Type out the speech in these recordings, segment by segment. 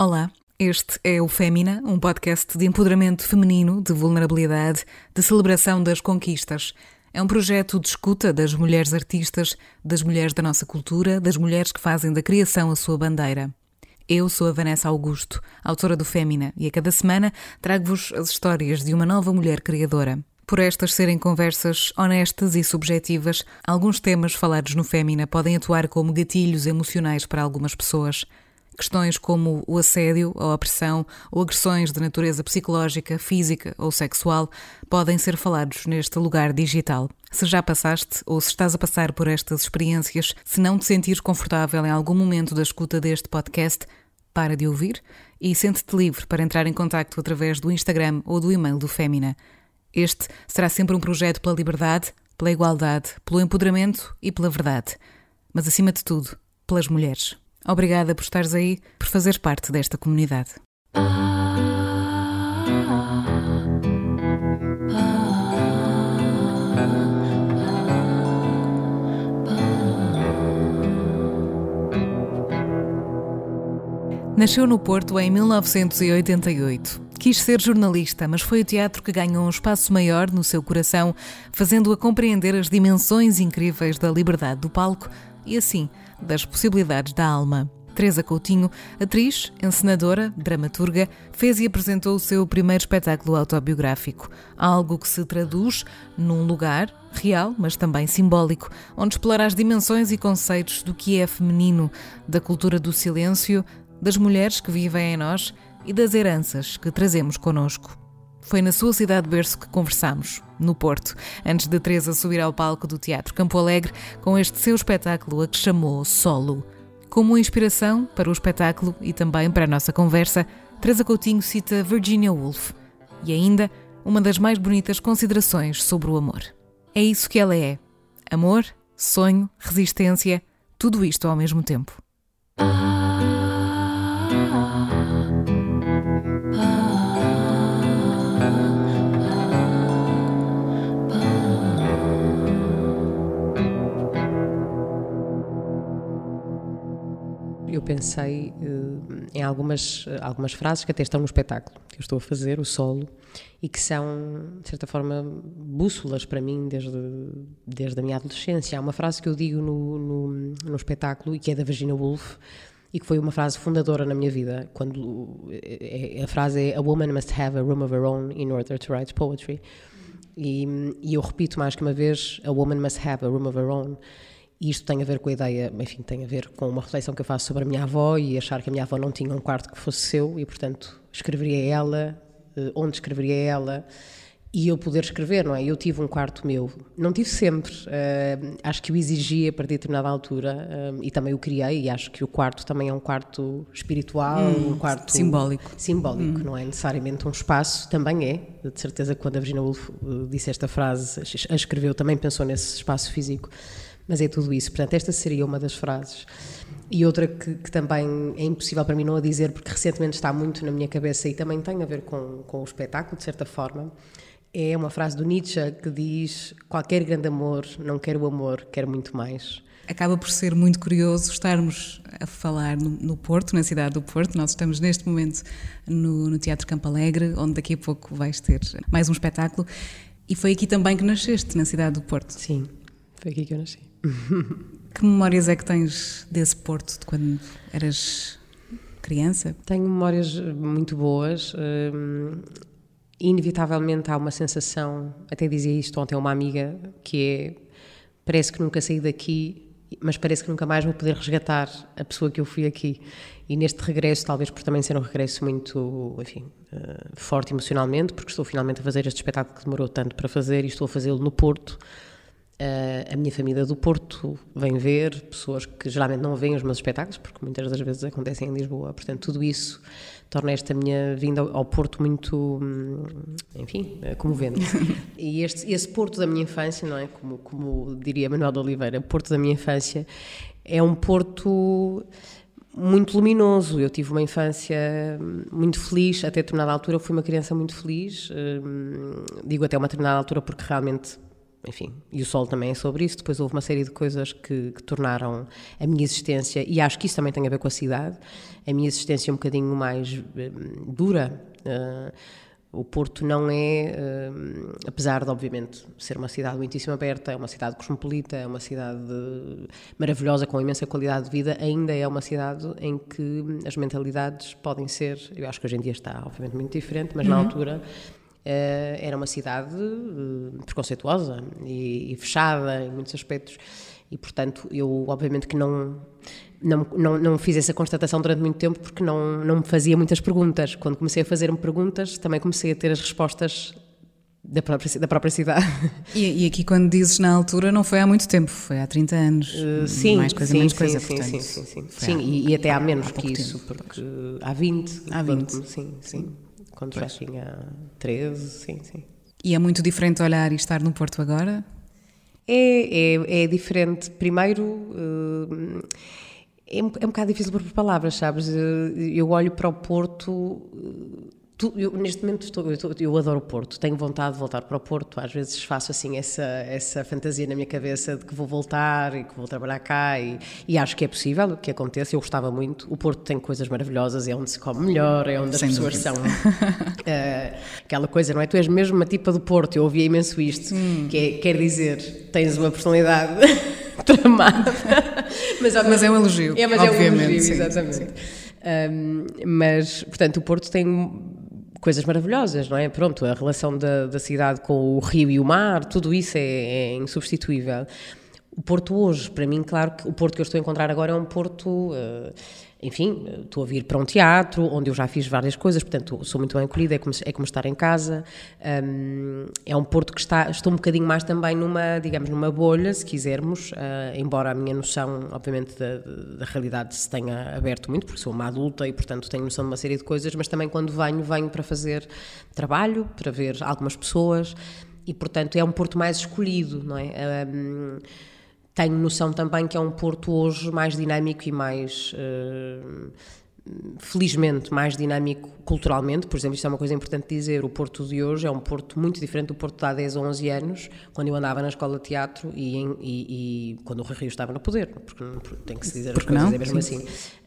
Olá, este é o Fémina, um podcast de empoderamento feminino, de vulnerabilidade, de celebração das conquistas. É um projeto de escuta das mulheres artistas, das mulheres da nossa cultura, das mulheres que fazem da criação a sua bandeira. Eu sou a Vanessa Augusto, autora do Fémina, e a cada semana trago-vos as histórias de uma nova mulher criadora. Por estas serem conversas honestas e subjetivas, alguns temas falados no Fémina podem atuar como gatilhos emocionais para algumas pessoas. Questões como o assédio, a opressão ou agressões de natureza psicológica, física ou sexual podem ser falados neste lugar digital. Se já passaste ou se estás a passar por estas experiências, se não te sentires confortável em algum momento da escuta deste podcast, para de ouvir e sente-te livre para entrar em contacto através do Instagram ou do e-mail do Fémina. Este será sempre um projeto pela liberdade, pela igualdade, pelo empoderamento e pela verdade. Mas, acima de tudo, pelas mulheres. Obrigada por estares aí, por fazeres parte desta comunidade. Nasceu no Porto em 1988. Quis ser jornalista, mas foi o teatro que ganhou um espaço maior no seu coração, fazendo-a compreender as dimensões incríveis da liberdade do palco e, assim, das possibilidades da alma. Teresa Coutinho, atriz, encenadora, dramaturga, fez e apresentou o seu primeiro espetáculo autobiográfico, algo que se traduz num lugar real, mas também simbólico, onde explora as dimensões e conceitos do que é feminino, da cultura do silêncio, das mulheres que vivem em nós e das heranças que trazemos connosco. Foi na sua cidade de berço que conversámos, no Porto, antes de Teresa subir ao palco do Teatro Campo Alegre com este seu espetáculo a que chamou Solo. Como inspiração para o espetáculo e também para a nossa conversa, Teresa Coutinho cita Virginia Woolf e ainda uma das mais bonitas considerações sobre o amor. É isso que ela é. Amor, sonho, resistência, tudo isto ao mesmo tempo. Eu pensei em algumas frases que até estão no espetáculo que eu estou a fazer, o solo, e que são, de certa forma, bússolas para mim desde a minha adolescência. Há uma frase que eu digo no espetáculo e que é da Virginia Woolf e que foi uma frase fundadora na minha vida. A frase é: "A woman must have a room of her own in order to write poetry." E eu repito mais que uma vez: "A woman must have a room of her own." E isto tem a ver com a ideia, enfim, tem a ver com uma reflexão que eu faço sobre a minha avó e achar que a minha avó não tinha um quarto que fosse seu e, portanto, escreveria ela, onde escreveria ela, e eu poder escrever, não é? Eu tive um quarto meu. Não tive sempre, acho que o exigi a partir de determinada altura e também o criei, e acho que o quarto também é um quarto espiritual, um quarto simbólico, não é necessariamente um espaço, também é, de certeza que quando a Virginia Woolf disse esta frase, a escreveu, também pensou nesse espaço físico. Mas é tudo isso. Portanto, esta seria uma das frases. E outra que também é impossível para mim não a dizer, porque recentemente está muito na minha cabeça e também tem a ver com o espetáculo, de certa forma, é uma frase do Nietzsche que diz: "Qualquer grande amor não quer o amor, quer muito mais." Acaba por ser muito curioso estarmos a falar no Porto, na cidade do Porto. Nós estamos neste momento no Teatro Campo Alegre, onde daqui a pouco vais ter mais um espetáculo. E foi aqui também que nasceste, na cidade do Porto. Sim, foi aqui que eu nasci. Que memórias é que tens desse Porto, de quando eras criança? Tenho memórias muito boas. Inevitavelmente há uma sensação, até dizia isto ontem a uma amiga, que é: parece que nunca saí daqui, mas parece que nunca mais vou poder resgatar a pessoa que eu fui aqui. E neste regresso, talvez por também ser um regresso muito, enfim, forte emocionalmente, porque estou finalmente a fazer este espetáculo que demorou tanto para fazer e estou a fazê-lo no Porto. A minha família do Porto vem ver, pessoas que geralmente não veem os meus espetáculos, porque muitas das vezes acontecem em Lisboa. Portanto, tudo isso torna esta minha vinda ao Porto muito, enfim, comovente. E esse Porto da minha infância, não é? Como diria Manuel de Oliveira, o Porto da minha infância é um Porto muito luminoso. Eu tive uma infância muito feliz, até determinada altura fui uma criança muito feliz, digo até uma determinada altura porque realmente enfim, e o solo também é sobre isso. Depois houve uma série de coisas que tornaram a minha existência, e acho que isso também tem a ver com a cidade, a minha existência um bocadinho mais dura. O Porto não é, apesar de obviamente ser uma cidade muitíssimo aberta, é uma cidade cosmopolita, é uma cidade maravilhosa com imensa qualidade de vida, ainda é uma cidade em que as mentalidades podem ser, eu acho que hoje em dia está obviamente muito diferente, mas na altura era uma cidade preconceituosa e fechada em muitos aspectos, e portanto eu obviamente que não fiz essa constatação durante muito tempo, porque não me fazia muitas perguntas. Quando comecei a fazer-me perguntas, também comecei a ter as respostas da própria cidade. E aqui, quando dizes na altura, não foi há muito tempo, foi há 30 anos. Sim, mais coisa, sim, menos sim, coisa, sim, portanto. Sim, e até há menos que isso, tempo, porque há 20. Há 20. Sim. Quando já tinha 13, sim. E é muito diferente olhar e estar no Porto agora? É diferente. Primeiro, é um bocado difícil por palavras, sabes? Eu olho para o Porto. Neste momento eu adoro o Porto, tenho vontade de voltar para o Porto, às vezes faço assim essa fantasia na minha cabeça de que vou voltar e que vou trabalhar cá, e acho que é possível que aconteça. Eu gostava muito. O Porto tem coisas maravilhosas, é onde se come melhor, é onde as pessoas são aquela coisa, não é? Tu és mesmo uma tipa do Porto, eu ouvia imenso isto, quer dizer, tens uma personalidade tramada, mas é um elogio, obviamente, é um elogio, sim, exatamente. sim. Mas, portanto, o Porto tem coisas maravilhosas, não é? Pronto, a relação da cidade com o rio e o mar, tudo isso é insubstituível. O Porto hoje, para mim, claro que o Porto que eu estou a encontrar agora é um Porto, enfim, estou a vir para um teatro, onde eu já fiz várias coisas, portanto, sou muito bem acolhida, é como estar em casa. É um Porto que estou um bocadinho mais também numa bolha, se quisermos, embora a minha noção, obviamente, da realidade se tenha aberto muito, porque sou uma adulta e, portanto, tenho noção de uma série de coisas, mas também quando venho para fazer trabalho, para ver algumas pessoas, e, portanto, é um Porto mais escolhido, não é? Tenho noção também que é um Porto hoje mais dinâmico e mais, felizmente, mais dinâmico culturalmente. Por exemplo, isto é uma coisa importante dizer, o Porto de hoje é um Porto muito diferente do Porto de há 10 ou 11 anos, quando eu andava na escola de teatro e quando o Rui Rio estava no poder, porque tem que se dizer as coisas, é mesmo assim.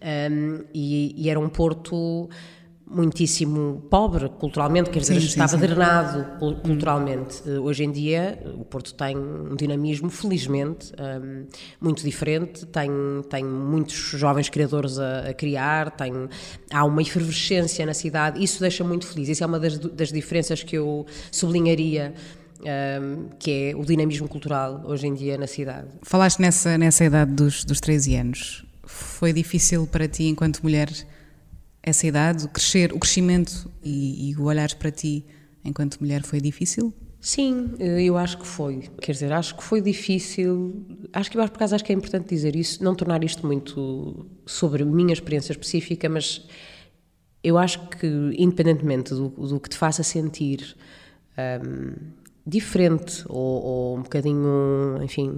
E era um Porto muitíssimo pobre culturalmente, quer dizer, estava drenado culturalmente. Hoje em dia o Porto tem um dinamismo, felizmente, muito diferente, tem muitos jovens criadores a criar, há uma efervescência na cidade, isso deixa muito feliz, isso é uma das diferenças que eu sublinharia, que é o dinamismo cultural hoje em dia na cidade. Falaste nessa idade dos 13 anos, foi difícil para ti enquanto mulher essa idade, o crescimento e o olhares para ti enquanto mulher foi difícil? Sim, eu acho que foi. Quer dizer, acho que foi difícil. Acho que é importante dizer isso, não tornar isto muito sobre a minha experiência específica, mas eu acho que, independentemente do que te faça sentir diferente ou um bocadinho, enfim,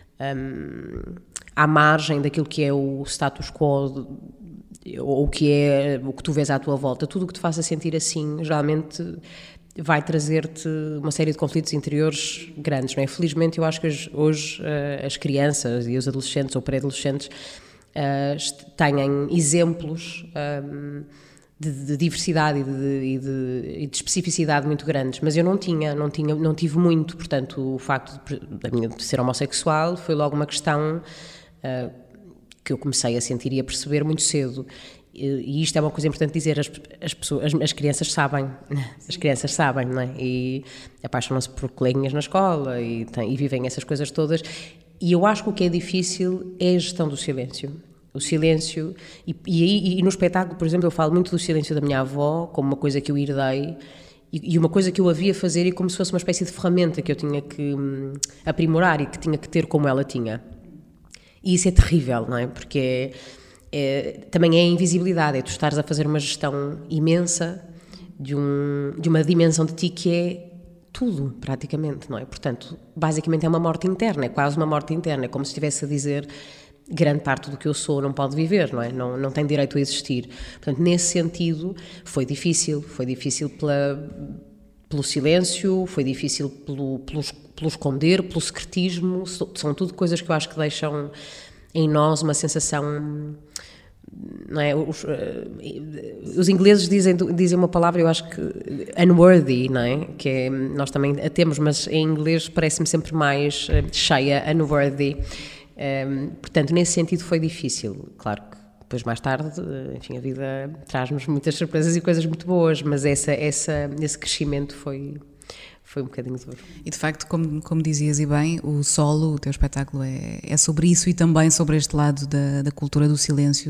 à margem daquilo que é o status quo, ou o que tu vês à tua volta, tudo o que te faça sentir assim, geralmente vai trazer-te uma série de conflitos interiores grandes, não é? Felizmente eu acho que hoje as crianças e os adolescentes ou pré-adolescentes têm exemplos de diversidade e de especificidade muito grandes, mas eu não tive muito, portanto o facto de ser homossexual foi logo uma questão que eu comecei a sentir e a perceber muito cedo. E isto é uma coisa importante dizer, as crianças sabem, não é? E apaixonam-se por coleguinhas na escola e vivem essas coisas todas. E eu acho que o que é difícil é a gestão do silêncio. O silêncio, e no espetáculo, por exemplo, eu falo muito do silêncio da minha avó, como uma coisa que eu herdei, e uma coisa que eu havia a fazer, e como se fosse uma espécie de ferramenta que eu tinha que aprimorar e que tinha que ter como ela tinha. E isso é terrível, não é? Porque também é a invisibilidade, é tu estares a fazer uma gestão imensa de uma dimensão de ti que é tudo, praticamente, não é? Portanto, basicamente é uma morte interna, é quase uma morte interna, é como se estivesse a dizer grande parte do que eu sou não pode viver, não é? Não tem direito a existir. Portanto, nesse sentido, foi difícil pelo silêncio, foi difícil pelo esconder, pelo secretismo. São tudo coisas que eu acho que deixam em nós uma sensação, não é? Os ingleses dizem uma palavra, eu acho que unworthy, não é? Que é, nós também a temos, mas em inglês parece-me sempre mais cheia, unworthy. Portanto, nesse sentido foi difícil. Claro que depois, mais tarde, enfim, a vida traz-nos muitas surpresas e coisas muito boas, mas esse crescimento foi um bocadinho duro. E de facto, como dizias e bem, o solo, o teu espetáculo é sobre isso e também sobre este lado da cultura do silêncio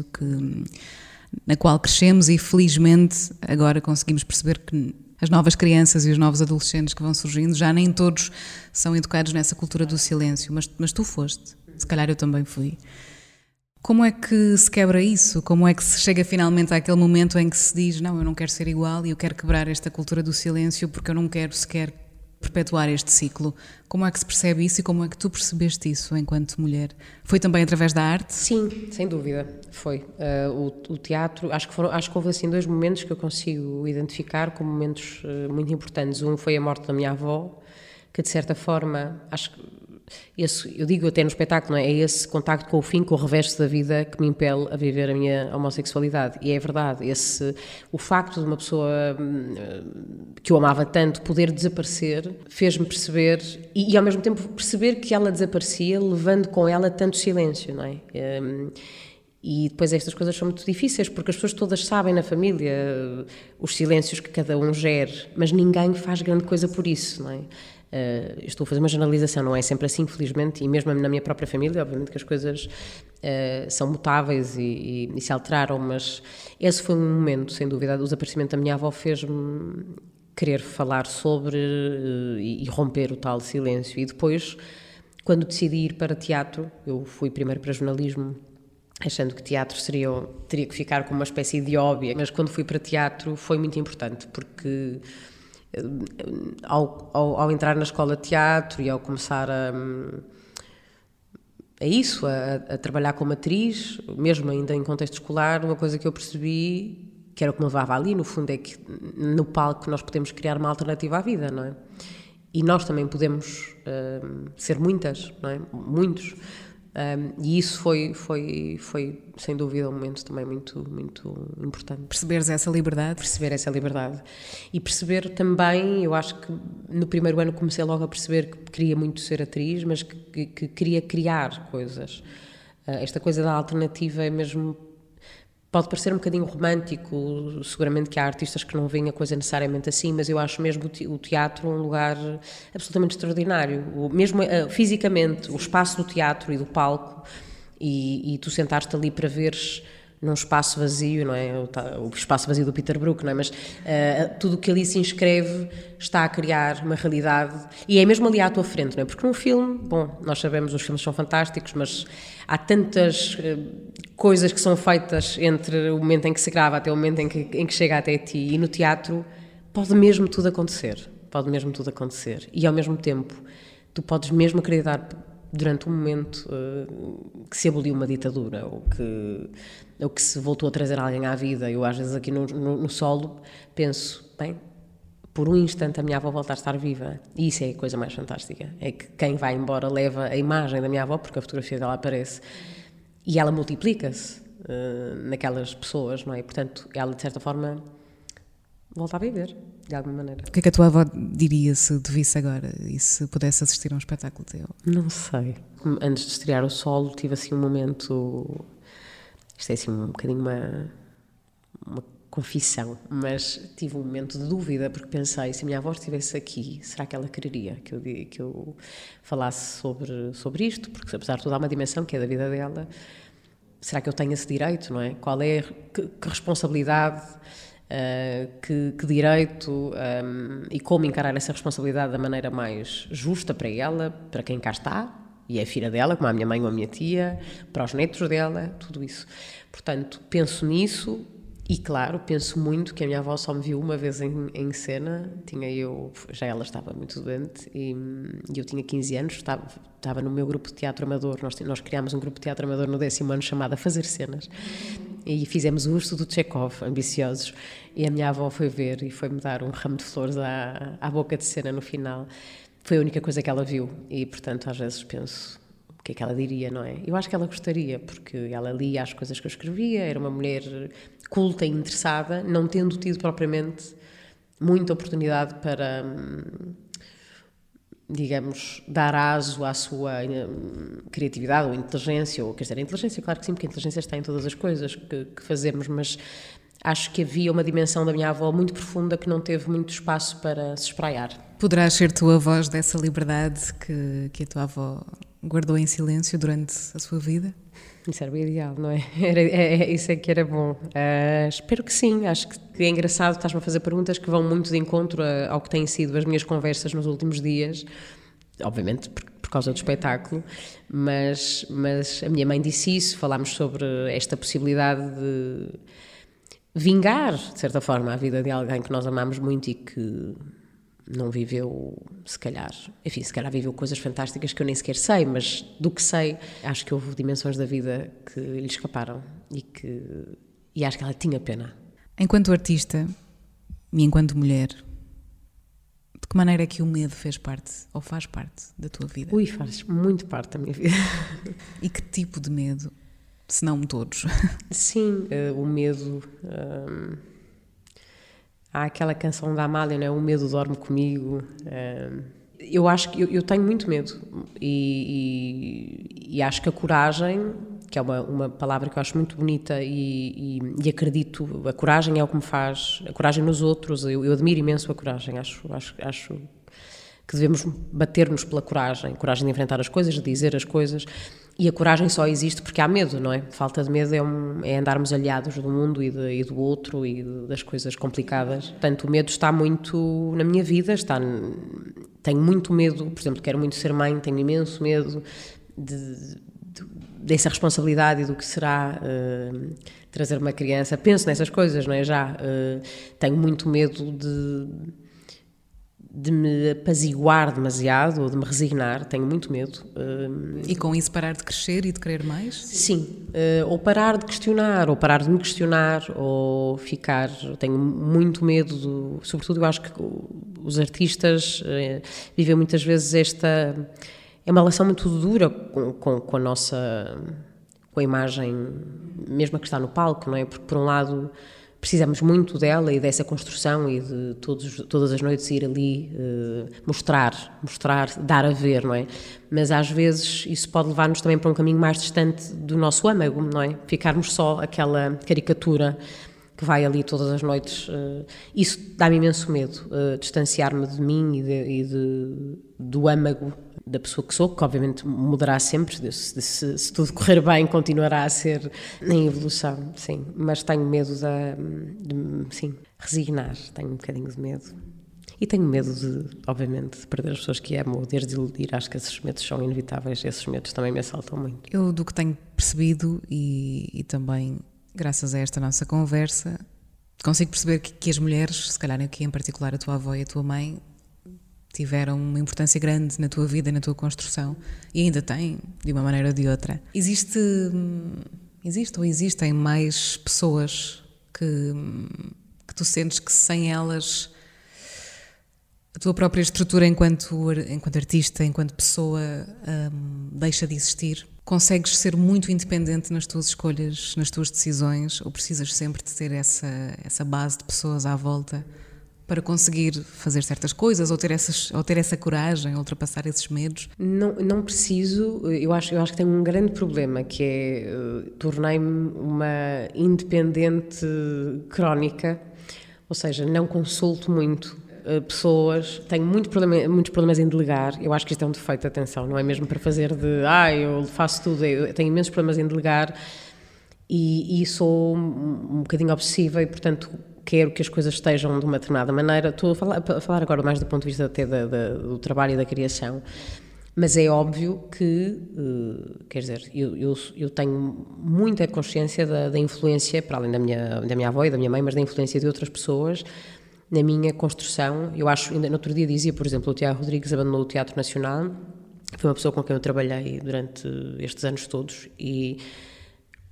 na qual crescemos e felizmente agora conseguimos perceber que as novas crianças e os novos adolescentes que vão surgindo já nem todos são educados nessa cultura do silêncio, mas tu foste, se calhar eu também fui. Como é que se quebra isso? Como é que se chega finalmente àquele momento em que se diz não, eu não quero ser igual e eu quero quebrar esta cultura do silêncio porque eu não quero sequer perpetuar este ciclo? Como é que se percebe isso e como é que tu percebeste isso enquanto mulher? Foi também através da arte? Sim, sem dúvida, foi. O teatro, acho que houve assim 2 momentos que eu consigo identificar como momentos muito importantes. Um foi a morte da minha avó, que de certa forma, acho que eu digo até no espetáculo, não é? É esse contacto com o fim, com o reverso da vida que me impele a viver a minha homossexualidade. E é verdade, o facto de uma pessoa que eu amava tanto poder desaparecer fez-me perceber, e ao mesmo tempo perceber que ela desaparecia levando com ela tanto silêncio, não é? E depois estas coisas são muito difíceis porque as pessoas todas sabem na família os silêncios que cada um gere, mas ninguém faz grande coisa por isso, não é? Estou a fazer uma generalização, não é sempre assim, felizmente, e mesmo na minha própria família, obviamente que as coisas são mutáveis e se alteraram, mas esse foi um momento, sem dúvida. O desaparecimento da minha avó fez-me querer falar sobre e romper o tal silêncio. E depois, quando decidi ir para teatro, eu fui primeiro para jornalismo, achando que teatro teria que ficar como uma espécie de hobby, mas quando fui para teatro foi muito importante, porque ao entrar na escola de teatro e ao começar a trabalhar como atriz, mesmo ainda em contexto escolar, uma coisa que eu percebi, que era o que me levava ali, no fundo, é que no palco nós podemos criar uma alternativa à vida, não é? E nós também podemos ser muitas, não é? Muitos. E isso foi sem dúvida um momento também muito, muito importante. Perceberes essa liberdade? Perceber essa liberdade. E perceber também, eu acho que no primeiro ano comecei logo a perceber que queria muito ser atriz, mas que queria criar coisas. Esta coisa da alternativa é mesmo... Pode parecer um bocadinho romântico, seguramente que há artistas que não veem a coisa necessariamente assim, mas eu acho mesmo o teatro um lugar absolutamente extraordinário. Mesmo fisicamente, o espaço do teatro e do palco, e tu sentares-te ali para veres num espaço vazio, não é? O espaço vazio do Peter Brook, não é? Mas tudo o que ali se inscreve está a criar uma realidade e é mesmo ali à tua frente, não é? Porque num filme, bom, nós sabemos, os filmes são fantásticos, mas há tantas coisas que são feitas entre o momento em que se grava até o momento em que chega até ti, e no teatro pode mesmo tudo acontecer, e ao mesmo tempo tu podes mesmo acreditar durante um momento que se aboliu uma ditadura ou que se voltou a trazer alguém à vida. Eu às vezes aqui no solo penso, bem, por um instante a minha avó volta a estar viva, e isso é a coisa mais fantástica, é que quem vai embora leva a imagem da minha avó, porque a fotografia dela aparece, e ela multiplica-se naquelas pessoas, não é? E, portanto, ela de certa forma volta a viver, de alguma maneira. O que é que a tua avó diria se te visse agora e se pudesse assistir a um espetáculo teu? Não sei. Antes de estrear o solo tive assim um momento, isto é assim um bocadinho uma confissão, mas tive um momento de dúvida, porque pensei, se a minha avó estivesse aqui, será que ela quereria que eu falasse sobre isto? Porque apesar de tudo há uma dimensão que é da vida dela. Será que eu tenho esse direito, não é? Qual é, que responsabilidade, que direito, e como encarar essa responsabilidade da maneira mais justa para ela, para quem cá está, e é a filha dela, como a minha mãe ou a minha tia, para os netos dela, tudo isso. Portanto, penso nisso. E claro, penso muito que a minha avó só me viu uma vez em cena, já ela estava muito doente e eu tinha 15 anos, estava no meu grupo de teatro amador, nós criámos um grupo de teatro amador no 10º ano chamado A Fazer Cenas, e fizemos o Urso do Chekhov, ambiciosos, e a minha avó foi ver e foi-me dar um ramo de flores à boca de cena no final. Foi a única coisa que ela viu e, portanto, às vezes penso o que é que ela diria, não é? Eu acho que ela gostaria, porque ela lia as coisas que eu escrevia, era uma mulher culta e interessada, não tendo tido propriamente muita oportunidade para, digamos, dar aso à sua criatividade ou inteligência, ou quer dizer, a inteligência, claro que sim, porque a inteligência está em todas as coisas que fazemos, mas acho que havia uma dimensão da minha avó muito profunda que não teve muito espaço para se espraiar. Poderás ser tu a voz dessa liberdade que a tua avó guardou em silêncio durante a sua vida? Isso era o ideal, não é? Isso é que era bom. Espero que sim. Acho que é engraçado, estás-me a fazer perguntas que vão muito de encontro ao que têm sido as minhas conversas nos últimos dias, obviamente por causa do espetáculo, mas a minha mãe disse isso, falámos sobre esta possibilidade de vingar, de certa forma, a vida de alguém que nós amamos muito e que não viveu, se calhar viveu coisas fantásticas que eu nem sequer sei, mas do que sei, acho que houve dimensões da vida que lhe escaparam e acho que ela tinha pena. Enquanto artista e enquanto mulher, de que maneira é que o medo fez parte ou faz parte da tua vida? Faz muito parte da minha vida. E que tipo de medo? Se não todos. Sim, o medo... Há aquela canção da Amália, não é? O medo dorme comigo. Eu acho que eu tenho muito medo e acho que a coragem, que é uma palavra que eu acho muito bonita e acredito, a coragem é o que me faz, a coragem nos outros, eu admiro imenso a coragem, acho que devemos bater-nos pela coragem de enfrentar as coisas, de dizer as coisas. E a coragem só existe porque há medo, não é? Falta de medo é andarmos aliados do mundo e do outro e das coisas complicadas. Portanto, o medo está muito na minha vida, tenho muito medo, por exemplo, quero muito ser mãe, tenho imenso medo dessa responsabilidade e do que será trazer uma criança. Penso nessas coisas, não é? Tenho muito medo de me apaziguar demasiado ou de me resignar, tenho muito medo. E com isso parar de crescer e de querer mais? Sim, ou parar de questionar, ou parar de me questionar, ou ficar... Tenho muito medo, sobretudo eu acho que os artistas vivem muitas vezes esta... É uma relação muito dura com a nossa... com a imagem, mesmo a que está no palco, não é? Porque por um lado... precisamos muito dela e dessa construção e de todas as noites ir ali mostrar, dar a ver, não é? Mas às vezes isso pode levar-nos também para um caminho mais distante do nosso âmago, não é? Ficarmos só aquela caricatura que vai ali todas as noites. Isso dá-me imenso medo, distanciar-me de mim e do âmago da pessoa que sou, que obviamente mudará sempre, se tudo correr bem continuará a ser em evolução, sim, mas tenho medo de resignar, tenho um bocadinho de medo. E tenho medo obviamente, de perder as pessoas que amo ou de desiludir. Acho que esses medos são inevitáveis, esses medos também me assaltam muito. Eu, do que tenho percebido e também graças a esta nossa conversa, consigo perceber que as mulheres, se calhar aqui em particular a tua avó e a tua mãe, tiveram uma importância grande na tua vida, na tua construção, e ainda têm, de uma maneira ou de outra. Existe ou existem mais pessoas que tu sentes que sem elas a tua própria estrutura enquanto artista, enquanto pessoa, deixa de existir? Consegues ser muito independente nas tuas escolhas, nas tuas decisões, ou precisas sempre de ter essa base de pessoas à volta para conseguir fazer certas coisas ou ter essa coragem, ultrapassar esses medos? Não preciso. Eu acho que tenho um grande problema, que é tornei-me uma independente crónica, ou seja, não consulto muito pessoas, tenho muitos problemas em delegar. Eu acho que isto é um defeito, atenção, não é mesmo para fazer eu faço tudo, eu tenho imensos problemas em delegar e sou um bocadinho obsessiva e, portanto, quero que as coisas estejam de uma determinada maneira. Estou a falar agora mais do ponto de vista até do trabalho e da criação, mas é óbvio que, quer dizer, eu tenho muita consciência da influência, para além da minha avó e da minha mãe, mas da influência de outras pessoas na minha construção. Eu acho, ainda no outro dia dizia, por exemplo, o Tiago Rodrigues abandonou o Teatro Nacional, foi uma pessoa com quem eu trabalhei durante estes anos todos e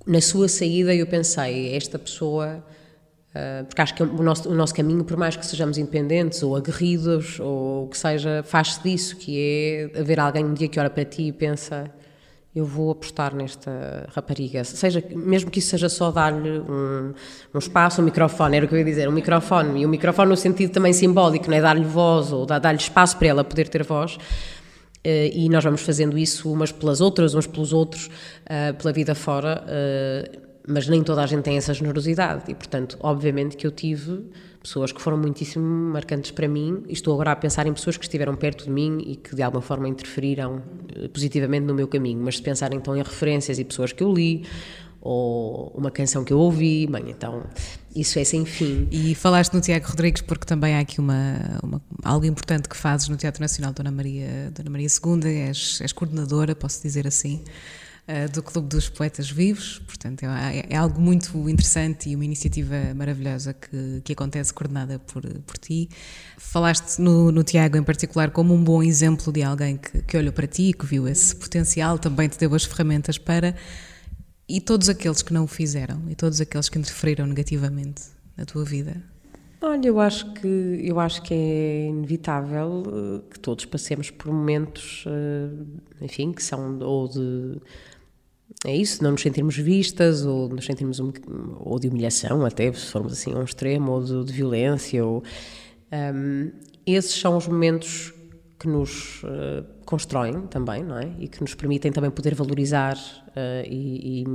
na sua saída eu pensei, esta pessoa, porque acho que o nosso caminho, por mais que sejamos independentes ou aguerridos ou o que seja, faz-se disso, que é haver alguém um dia que olha para ti e pensa, eu vou apostar nesta rapariga, mesmo que isso seja só dar-lhe um espaço, um microfone, era o que eu ia dizer, um microfone, e um microfone no sentido também simbólico, não é dar-lhe voz ou dar-lhe espaço para ela poder ter voz. E nós vamos fazendo isso umas pelas outras, uns pelos outros, pela vida fora, mas nem toda a gente tem essa generosidade e, portanto, obviamente que eu tive pessoas que foram muitíssimo marcantes para mim e estou agora a pensar em pessoas que estiveram perto de mim e que de alguma forma interferiram positivamente no meu caminho, mas se pensar então em referências e pessoas que eu li ou uma canção que eu ouvi, bem, então isso é sem fim. E falaste no Tiago Rodrigues porque também há aqui algo importante que fazes no Teatro Nacional Dona Maria II, és coordenadora, posso dizer assim, do Clube dos Poetas Vivos, portanto é algo muito interessante e uma iniciativa maravilhosa que acontece coordenada por ti. Falaste no Tiago em particular como um bom exemplo de alguém que olhou para ti, que viu esse potencial, também te deu as ferramentas para... E todos aqueles que não o fizeram, e todos aqueles que interferiram negativamente na tua vida? Olha, eu acho que é inevitável que todos passemos por momentos, enfim, que são ou de... É isso, não nos sentirmos vistas, ou nos sentirmos ou de humilhação até, se formos assim a um extremo, ou de violência, esses são os momentos que nos constroem também, não é? E que nos permitem também poder valorizar e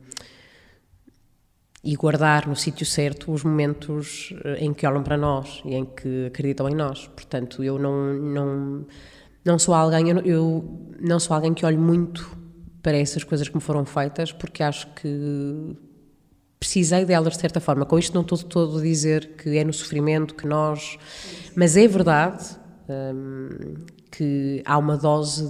guardar no sítio certo os momentos em que olham para nós e em que acreditam em nós. Portanto, eu não sou alguém, eu não sou alguém que olhe muito para essas coisas que me foram feitas, porque acho que precisei delas de certa forma. Com isto não estou todo a dizer que é no sofrimento que nós... Mas é verdade que há uma dose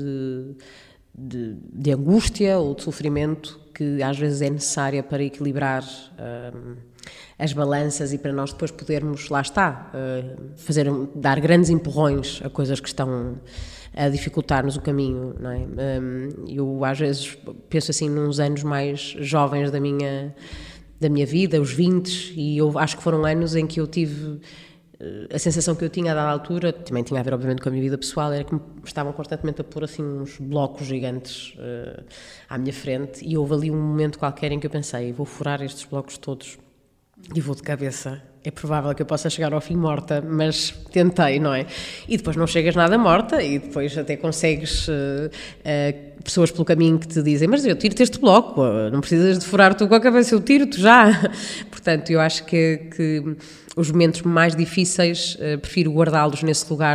de angústia ou de sofrimento que às vezes é necessária para equilibrar as balanças e para nós depois podermos, lá está, dar grandes empurrões a coisas que estão a dificultar-nos o caminho, não é? Eu às vezes penso assim nos anos mais jovens da minha vida, os 20, e eu acho que foram anos em que eu tive a sensação que eu tinha a dada altura, também tinha a ver obviamente com a minha vida pessoal, era que me estavam constantemente a pôr assim uns blocos gigantes à minha frente, e houve ali um momento qualquer em que eu pensei, vou furar estes blocos todos e vou de cabeça. É provável que eu possa chegar ao fim morta, mas tentei, não é? E depois não chegas nada morta e depois até consegues pessoas pelo caminho que te dizem, mas eu tiro-te este bloco, não precisas de furar tu com a cabeça, eu tiro-te já. Portanto, eu acho que os momentos mais difíceis prefiro guardá-los nesse lugar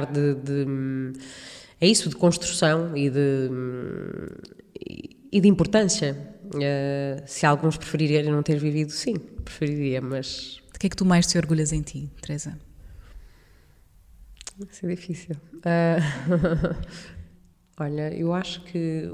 é isso, de construção e de importância. Se alguns preferirem não ter vivido, sim, preferiria, mas... De que é que tu mais te orgulhas em ti, Teresa? Isso é difícil. Olha, eu acho que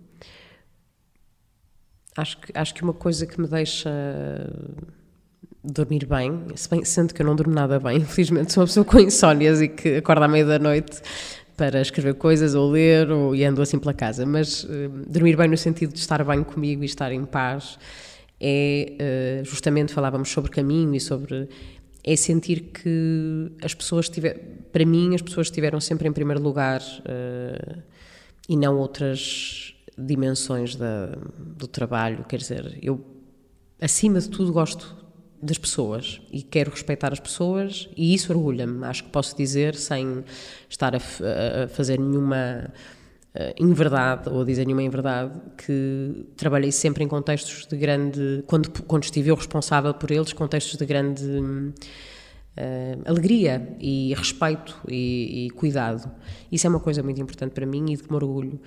uma coisa que me deixa dormir bem, sendo que eu não durmo nada bem, infelizmente sou uma pessoa com insónias e que acorda à meia da noite para escrever coisas ou ler e ando assim pela casa, mas dormir bem no sentido de estar bem comigo e estar em paz justamente falávamos sobre caminho e sobre sentir que as pessoas para mim as pessoas estiveram sempre em primeiro lugar e não outras dimensões do trabalho, quer dizer, eu acima de tudo gosto das pessoas e quero respeitar as pessoas e isso orgulha-me, acho que posso dizer sem estar a fazer nenhuma inverdade ou a dizer nenhuma inverdade, que trabalhei sempre em contextos de grande, quando estive eu responsável por eles, contextos de grande alegria e respeito e cuidado. Isso é uma coisa muito importante para mim e de que me orgulho.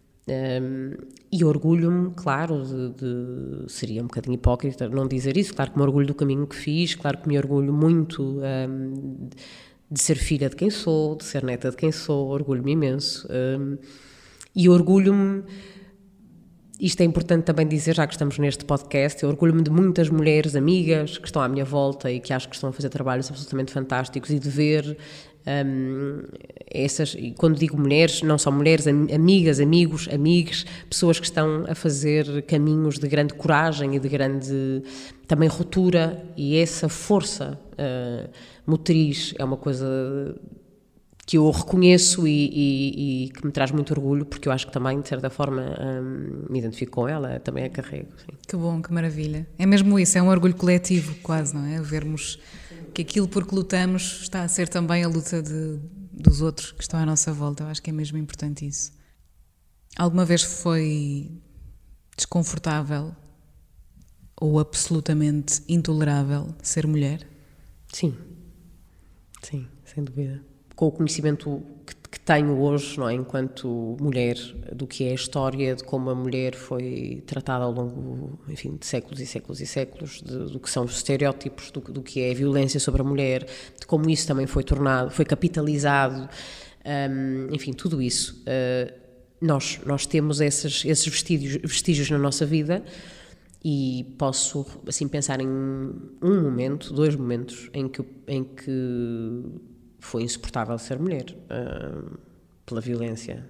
E orgulho-me, claro, seria um bocadinho hipócrita não dizer isso, claro que me orgulho do caminho que fiz, claro que me orgulho muito de ser filha de quem sou, de ser neta de quem sou, orgulho-me imenso. E orgulho-me Isto é importante também dizer, já que estamos neste podcast, eu orgulho-me de muitas mulheres amigas que estão à minha volta e que acho que estão a fazer trabalhos absolutamente fantásticos, e de ver essas, e quando digo mulheres, não só mulheres, amigas, amigos, amigues, pessoas que estão a fazer caminhos de grande coragem e de grande também ruptura, e essa força motriz é uma coisa que eu reconheço e que me traz muito orgulho, porque eu acho que também, de certa forma, me identifico com ela, também a carrego. Sim. Que bom, que maravilha. É mesmo isso, é um orgulho coletivo quase, não é? Vermos que aquilo por que lutamos está a ser também a luta dos outros que estão à nossa volta. Eu acho que é mesmo importante isso. Alguma vez foi desconfortável ou absolutamente intolerável ser mulher? Sim, sem dúvida. Com o conhecimento que tenho hoje, não é, enquanto mulher, do que é a história, de como a mulher foi tratada ao longo, enfim, de séculos e séculos e séculos, do que são os estereótipos, do que é a violência sobre a mulher, de como isso também foi capitalizado, enfim, tudo isso. Nós temos esses vestígios na nossa vida, e posso, assim, pensar em um momento, 2 momentos, em que foi insuportável ser mulher, pela violência.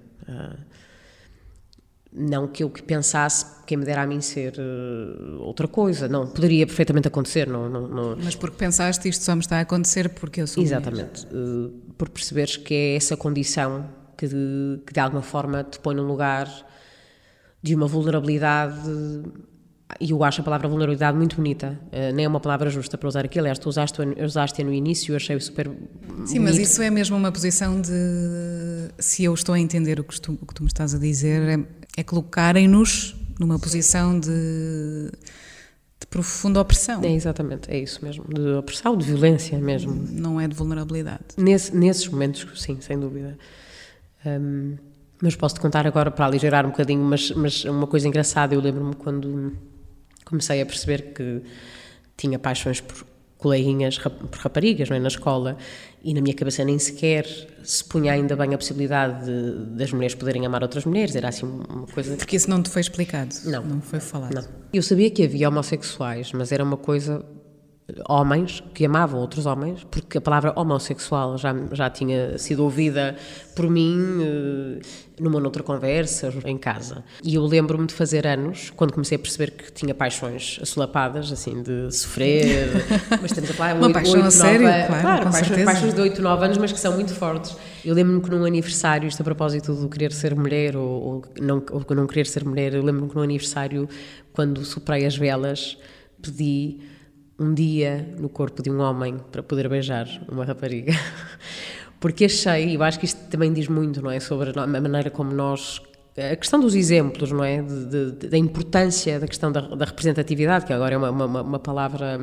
Não que eu pensasse quem me dera a mim ser outra coisa, não, poderia perfeitamente acontecer. Não. Mas porque pensaste isto só me está a acontecer porque eu sou mulher. Exatamente, por perceberes que é essa condição que de alguma forma te põe num lugar de uma vulnerabilidade. E eu acho a palavra vulnerabilidade muito bonita, nem é uma palavra justa para usar aqui. Aliás, tu usaste no início, eu achei super bonito. Sim, mas isso é mesmo uma posição de, se eu estou a entender o que tu me estás a dizer, é colocarem-nos numa posição de profunda opressão. É, exatamente, é isso mesmo, de opressão, de violência mesmo. Não é de vulnerabilidade. Nesses momentos, sim, sem dúvida. Mas posso-te contar agora, para aligerar um bocadinho, mas uma coisa engraçada. Eu lembro-me quando comecei a perceber que tinha paixões por coleguinhas, por raparigas, não é, na escola, e na minha cabeça nem sequer se punha ainda bem a possibilidade das mulheres poderem amar outras mulheres. Era assim uma coisa... Porque isso não te foi explicado? Não foi falado? Não. Eu sabia que havia homossexuais, mas era uma coisa... homens que amavam outros homens, porque a palavra homossexual já tinha sido ouvida por mim numa outra conversa, em casa. E eu lembro-me de fazer anos, quando comecei a perceber que tinha paixões assolapadas, assim, de sofrer, mas estamos a falar... Uma paixão a sério, claro, com certeza. Paixões de 8, 9 anos, mas que são muito fortes. Eu lembro-me que num aniversário, isto a propósito do querer ser mulher ou não querer ser mulher, eu lembro-me que num aniversário, quando soprei as velas, pedi um dia no corpo de um homem para poder beijar uma rapariga, porque achei, e eu acho que isto também diz muito, não é, sobre a maneira como nós, a questão dos exemplos, não é, da importância da questão da representatividade, que agora é uma palavra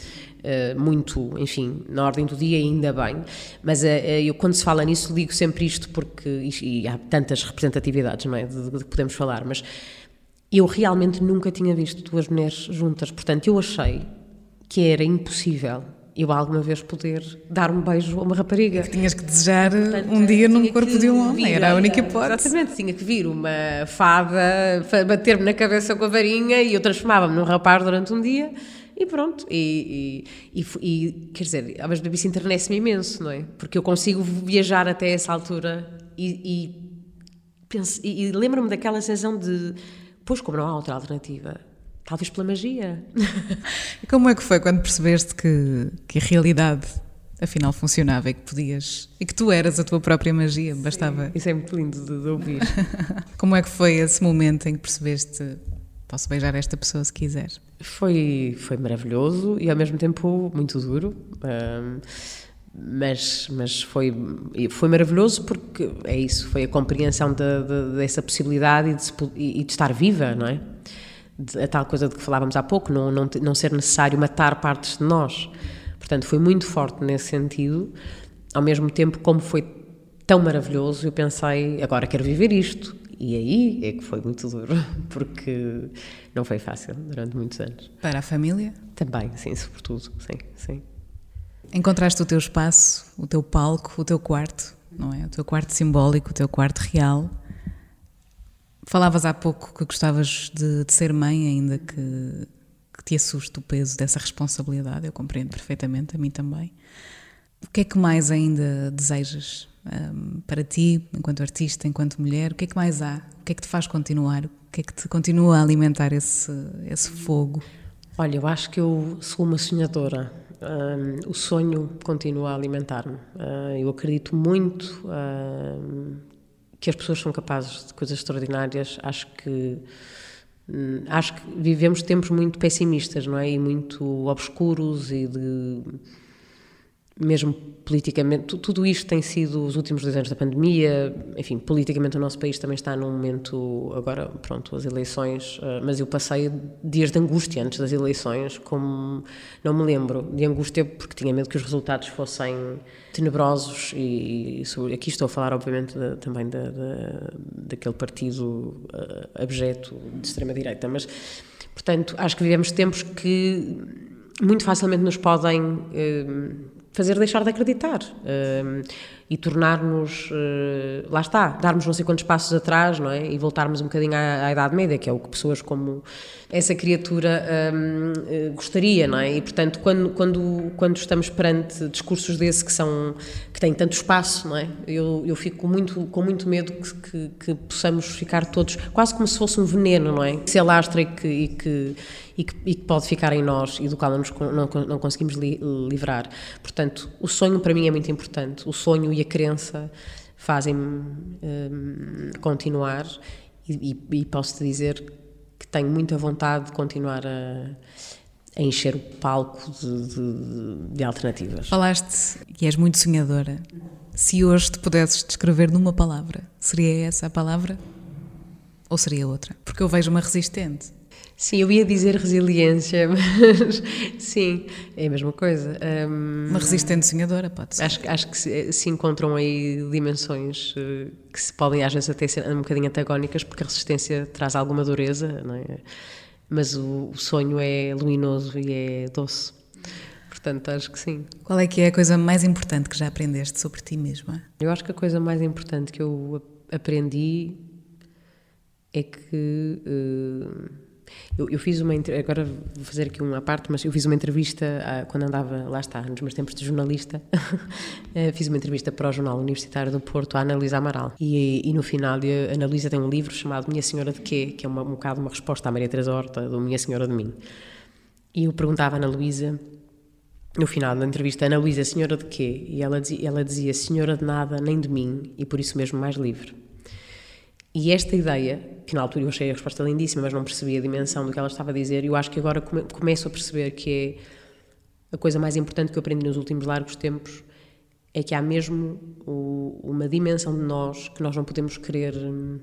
muito, enfim, na ordem do dia, e ainda bem, mas eu quando se fala nisso digo sempre isto, porque e há tantas representatividades, não é, de que podemos falar, mas eu realmente nunca tinha visto 2 mulheres juntas, portanto eu achei que era impossível eu alguma vez poder dar um beijo a uma rapariga. Que tinhas que desejar, portanto, um dia num corpo de um homem, era a única hipótese. Exatamente, tinha que vir uma fada bater-me na cabeça com a varinha e eu transformava-me num rapaz durante um dia e pronto. E quer dizer, ao mesmo tempo isso internece-me imenso, não é? Porque eu consigo viajar até essa altura e lembro-me daquela sensação de, pois, como não há outra alternativa, talvez pela magia. E como é que foi quando percebeste que a realidade afinal funcionava e que podias, e que tu eras a tua própria magia? Sim, bastava... Isso é muito lindo de ouvir. Como é que foi esse momento em que percebeste, posso beijar esta pessoa se quiser? Foi maravilhoso e ao mesmo tempo muito duro, mas foi maravilhoso porque é isso, foi a compreensão dessa possibilidade e de estar viva, não é? A tal coisa de que falávamos há pouco, não ser necessário matar partes de nós. Portanto, foi muito forte nesse sentido. Ao mesmo tempo, como foi tão maravilhoso, eu pensei, agora quero viver isto. E aí é que foi muito duro, porque não foi fácil durante muitos anos. Para a família? Também, sim, sobretudo, sim. Encontraste o teu espaço, o teu palco, o teu quarto, não é? O teu quarto simbólico, o teu quarto real. Falavas há pouco que gostavas de ser mãe, ainda que te assuste o peso dessa responsabilidade, eu compreendo perfeitamente, a mim também. O que é que mais ainda desejas para ti, enquanto artista, enquanto mulher? O que é que mais há? O que é que te faz continuar? O que é que te continua a alimentar esse fogo? Olha, eu acho que eu sou uma sonhadora. O sonho continua a alimentar-me. Eu acredito muito que as pessoas são capazes de coisas extraordinárias. Acho que vivemos tempos muito pessimistas, não é? E muito obscuros e mesmo politicamente, tudo isto tem sido os últimos 2 anos da pandemia, enfim, politicamente o nosso país também está num momento, agora, pronto, as eleições, mas eu passei dias de angústia antes das eleições, como não me lembro, de angústia porque tinha medo que os resultados fossem tenebrosos e aqui estou a falar, obviamente, também daquele partido abjeto de extrema-direita, mas, portanto, acho que vivemos tempos que muito facilmente nos podem fazer deixar de acreditar e tornar-nos, lá está, darmos não sei quantos passos atrás, não é? E voltarmos um bocadinho à Idade Média, que é o que pessoas como essa criatura gostaria, não é? E, portanto, quando estamos perante discursos que têm tanto espaço, não é? Eu fico com muito medo que possamos ficar todos, quase como se fosse um veneno, não é? Que se alastra e que pode ficar em nós e do qual não conseguimos livrar. Portanto, o sonho para mim é muito importante. O sonho e a crença fazem-me continuar e posso-te dizer que tenho muita vontade de continuar a encher o palco de alternativas. Falaste que és muito sonhadora. Se hoje te pudesses descrever numa palavra, seria essa a palavra? Ou seria outra? Porque eu vejo uma resistente. Sim, eu ia dizer resiliência, mas sim, é a mesma coisa. Uma resistente sonhadora, pode ser. Acho que se encontram aí dimensões que se podem às vezes até ser um bocadinho antagónicas, porque a resistência traz alguma dureza, não é? Mas o sonho é luminoso e é doce. Portanto, acho que sim. Qual é que é a coisa mais importante que já aprendeste sobre ti mesma? Eu acho que a coisa mais importante que eu aprendi é que... Eu fiz agora vou fazer aqui uma parte, mas eu fiz uma entrevista quando andava, lá está, nos meus tempos de jornalista, fiz uma entrevista para o Jornal Universitário do Porto, à Ana Luísa Amaral, e no final a Ana Luísa tem um livro chamado Minha Senhora de Quê, que é um bocado uma resposta à Maria Teresa Horta, do Minha Senhora de Mim. E eu perguntava à Ana Luísa, no final da entrevista, Ana Luísa, Senhora de Quê? E ela dizia, Senhora de nada, nem de mim, e por isso mesmo mais livre. E esta ideia, que na altura eu achei a resposta lindíssima, mas não percebi a dimensão do que ela estava a dizer, eu acho que agora começo a perceber que é a coisa mais importante que eu aprendi nos últimos largos tempos, é que há mesmo uma dimensão de nós que nós não podemos querer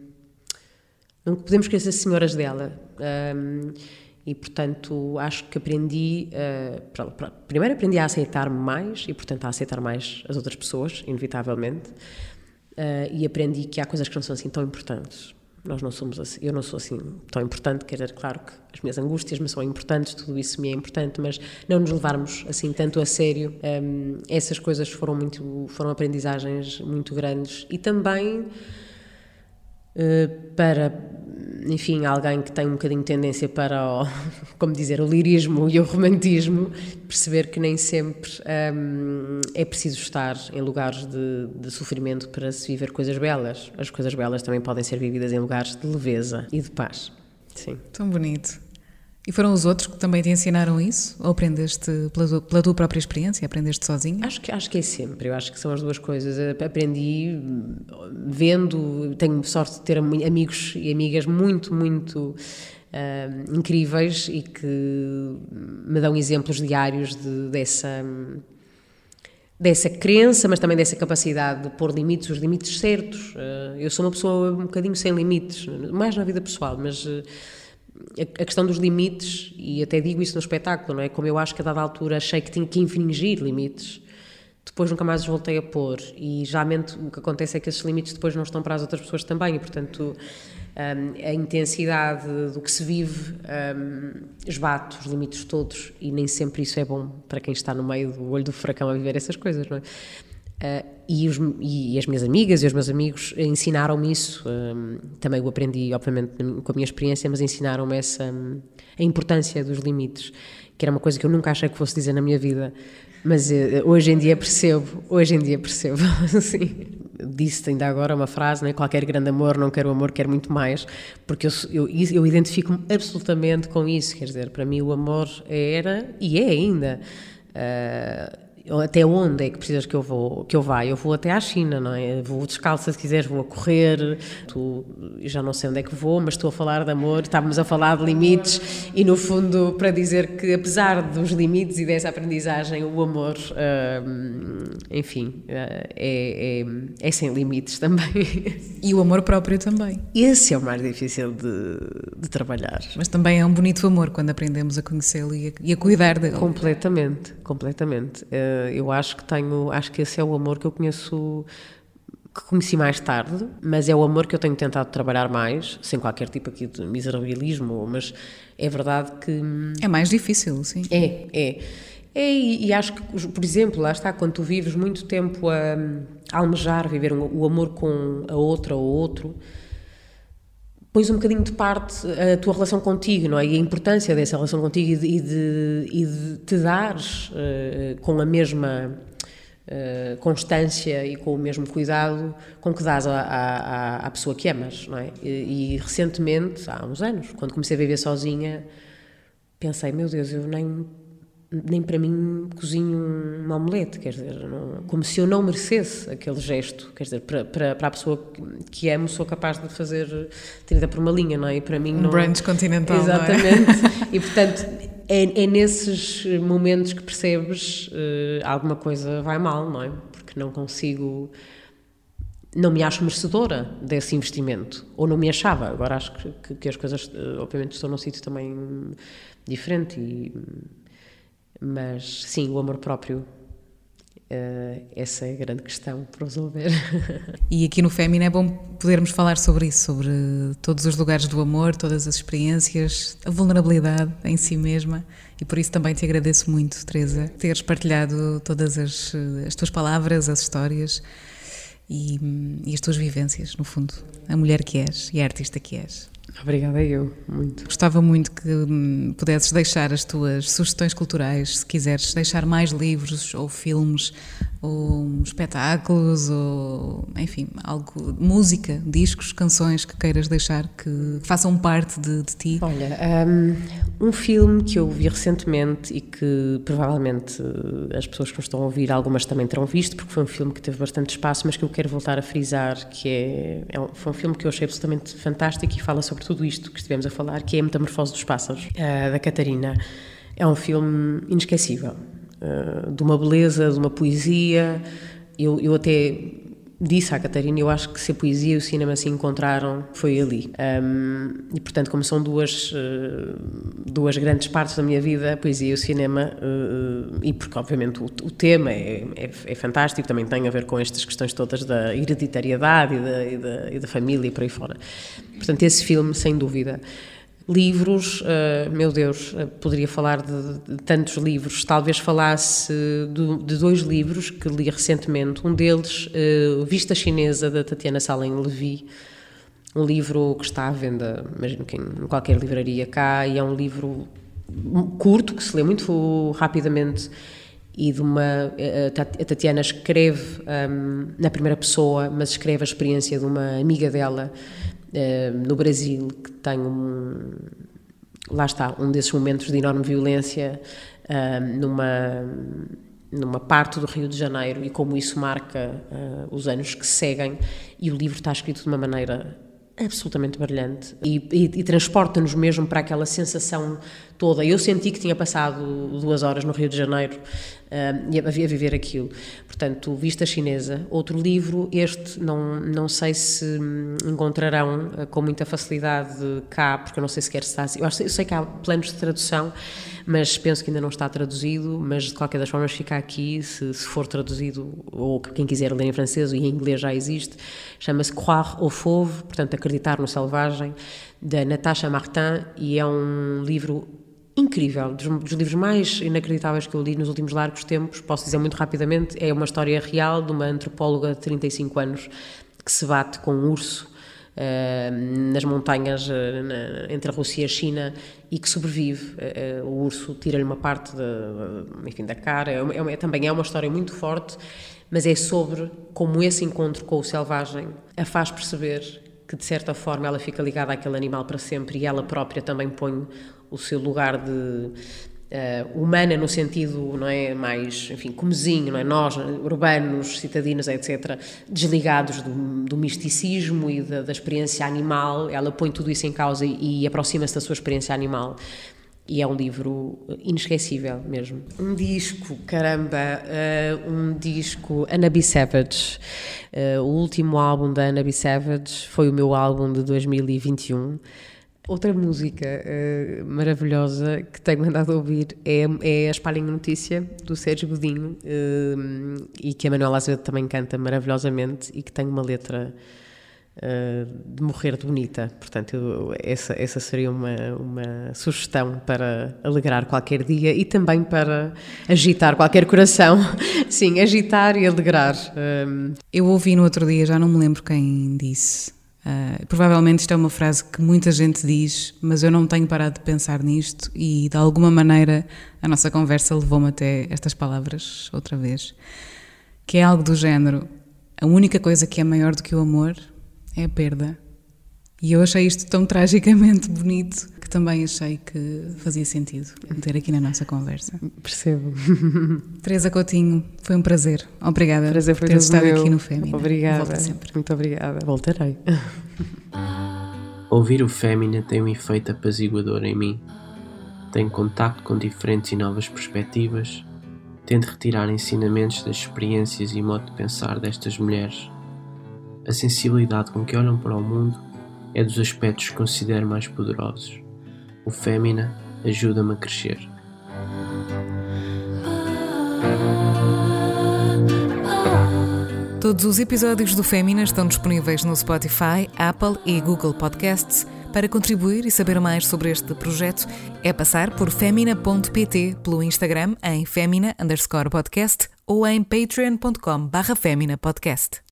ser senhoras dela. E, portanto, acho que primeiro aprendi a aceitar-me mais e, portanto, a aceitar mais as outras pessoas, inevitavelmente. E aprendi que há coisas que não são assim tão importantes. Nós não somos assim, eu não sou assim tão importante, quer dizer, claro que as minhas angústias me são importantes, tudo isso me é importante, mas não nos levarmos assim tanto a sério. Essas coisas foram aprendizagens muito grandes e também para, enfim, alguém que tem um bocadinho de tendência para como dizer, o lirismo e o romantismo, perceber que nem sempre é preciso estar em lugares de sofrimento para se viver coisas belas. As coisas belas também podem ser vividas em lugares de leveza e de paz. Sim. Tão bonito. E foram os outros que também te ensinaram isso? Ou aprendeste pela tua própria experiência? Aprendeste sozinha? Acho que é sempre. Eu acho que são as duas coisas. Aprendi vendo, tenho sorte de ter amigos e amigas muito, muito incríveis e que me dão exemplos diários dessa crença, mas também dessa capacidade de pôr limites, os limites certos. Eu sou uma pessoa um bocadinho sem limites, mais na vida pessoal, mas... A questão dos limites, e até digo isso no espetáculo, não é? Como eu acho que a dada altura achei que tinha que infringir limites, depois nunca mais os voltei a pôr, e geralmente o que acontece é que esses limites depois não estão para as outras pessoas também, e portanto a intensidade do que se vive esbate os limites todos, e nem sempre isso é bom para quem está no meio do olho do furacão a viver essas coisas, não é? E as minhas amigas e os meus amigos ensinaram-me isso. Também o aprendi, obviamente, com a minha experiência, mas ensinaram-me a importância dos limites, que era uma coisa que eu nunca achei que fosse dizer na minha vida, mas hoje em dia percebo, sim. Disse ainda agora uma frase, né? Qualquer grande amor não quer o amor, quer muito mais, porque eu identifico-me absolutamente com isso, quer dizer, para mim o amor era e é ainda... até onde é que precisas que eu vá? Eu vou até à China, não é? Vou descalça se quiseres, vou a correr, já não sei onde é que vou, mas estou a falar de amor, estávamos a falar de limites e no fundo para dizer que apesar dos limites e dessa aprendizagem, o amor, enfim, é sem limites também. E o amor próprio também. Esse é o mais difícil de trabalhar. Mas também é um bonito amor quando aprendemos a conhecê-lo e a cuidar dele. Completamente. Eu acho que esse é o amor que eu conheço, que conheci mais tarde, mas é o amor que eu tenho tentado trabalhar mais, sem qualquer tipo aqui de miserabilismo, mas é verdade que... É mais difícil, sim. E acho que, por exemplo, lá está, quando tu vives muito tempo a almejar viver o amor com a outra ou outro, pões um bocadinho de parte a tua relação contigo, não é? E a importância dessa relação contigo e de te dares com a mesma constância e com o mesmo cuidado com que dás à pessoa que amas, não é? E recentemente, há uns anos, quando comecei a viver sozinha, pensei, meu Deus, eu nem para mim cozinho um omelete, quer dizer, como se eu não merecesse aquele gesto, quer dizer, para a pessoa que amo sou capaz de fazer 30 por uma linha, não é? E para mim um brunch continental, exatamente. Não é? E portanto é nesses momentos que percebes alguma coisa vai mal, não é? Porque não me acho merecedora desse investimento, ou não me achava. Agora acho que as coisas obviamente estão num sítio também diferente mas sim, o amor próprio, essa é a grande questão para resolver. E aqui no Fémina é bom podermos falar sobre isso, sobre todos os lugares do amor, todas as experiências, a vulnerabilidade em si mesma, e por isso também te agradeço muito, Teresa, teres partilhado todas as tuas palavras, as histórias e as tuas vivências, no fundo, a mulher que és e a artista que és. Obrigada eu, muito. Gostava muito que pudesses deixar as tuas sugestões culturais, se quiseres deixar mais livros ou filmes ou espetáculos ou, enfim, algo, música, discos, canções que queiras deixar que façam parte de ti. Olha, um filme que eu vi recentemente e que provavelmente as pessoas que nos estão a ouvir, algumas também terão visto, porque foi um filme que teve bastante espaço, mas que eu quero voltar a frisar, que foi um filme que eu achei absolutamente fantástico e fala sobre tudo isto que estivemos a falar, que é A Metamorfose dos Pássaros, da Catarina. É um filme inesquecível, de uma beleza, de uma poesia. Eu até disse à Catarina, eu acho que se a poesia e o cinema se encontraram, foi ali. E portanto, como são duas grandes partes da minha vida, a poesia e o cinema, e porque obviamente o tema é fantástico, também tem a ver com estas questões todas da hereditariedade e da família e por aí fora. Portanto, esse filme, sem dúvida. Livros, meu Deus, poderia falar de tantos livros, talvez falasse de 2 livros que li recentemente, um deles, Vista Chinesa, da Tatiana Salem-Levy, um livro que está à venda, imagino que em qualquer livraria cá, e é um livro curto, que se lê muito rapidamente, e a Tatiana escreve na primeira pessoa, mas escreve a experiência de uma amiga dela, no Brasil, que tem lá está, um desses momentos de enorme violência numa parte do Rio de Janeiro, e como isso marca os anos que seguem, e o livro está escrito de uma maneira absolutamente brilhante e transporta-nos mesmo para aquela sensação toda. Eu senti que tinha passado 2 horas no Rio de Janeiro e a viver aquilo. Portanto, Vista Chinesa. Outro livro, este não sei se encontrarão com muita facilidade cá, porque eu não sei sequer se está... Eu sei que há planos de tradução, mas penso que ainda não está traduzido, mas de qualquer das formas fica aqui, se for traduzido, ou quem quiser ler em francês, e em inglês já existe. Chama-se Croire au Fauve, portanto, Acreditar no Selvagem, da Natasha Martin, e é um livro incrível, dos livros mais inacreditáveis que eu li nos últimos largos tempos. Posso dizer muito rapidamente, é uma história real de uma antropóloga de 35 anos que se bate com um urso nas montanhas entre a Rússia e a China e que sobrevive. O urso tira-lhe uma parte da cara. Também é uma história muito forte, mas é sobre como esse encontro com o selvagem a faz perceber que, de certa forma, ela fica ligada àquele animal para sempre e ela própria também põe o seu lugar de humana no sentido, não é, mais, enfim, comezinho, não é, nós, urbanos, citadinos, etc., desligados do misticismo e da experiência animal. Ela põe tudo isso em causa e aproxima-se da sua experiência animal. E é um livro inesquecível mesmo. Um disco, Anna B. Savage. O último álbum da Anna B. Savage foi o meu álbum de 2021. Outra música maravilhosa que tenho andado a ouvir é A Espalhem Notícia, do Sérgio Godinho, e que a Manuela Azevedo também canta maravilhosamente e que tem uma letra de morrer de bonita. Portanto, essa seria uma sugestão para alegrar qualquer dia e também para agitar qualquer coração. Sim, agitar e alegrar. Eu ouvi no outro dia, já não me lembro quem disse. Provavelmente isto é uma frase que muita gente diz, mas eu não tenho parado de pensar nisto e de alguma maneira a nossa conversa levou-me até estas palavras outra vez, que é algo do género: a única coisa que é maior do que o amor é a perda. E eu achei isto tão tragicamente bonito que também achei que fazia sentido meter aqui na nossa conversa. Percebo. Teresa Coutinho, foi um prazer. Obrigada por ter estado aqui no Fémina. Obrigada. Volta sempre. Muito obrigada. Voltarei. Ouvir o Fémina tem um efeito apaziguador em mim. Tenho contacto com diferentes e novas perspectivas. Tento retirar ensinamentos das experiências e modo de pensar destas mulheres. A sensibilidade com que olham para o mundo é dos aspectos que considero mais poderosos. O Fémina ajuda-me a crescer. Todos os episódios do Fémina estão disponíveis no Spotify, Apple e Google Podcasts. Para contribuir e saber mais sobre este projeto, é passar por femina.pt, pelo Instagram em femina_podcast ou em patreon.com/feminapodcast.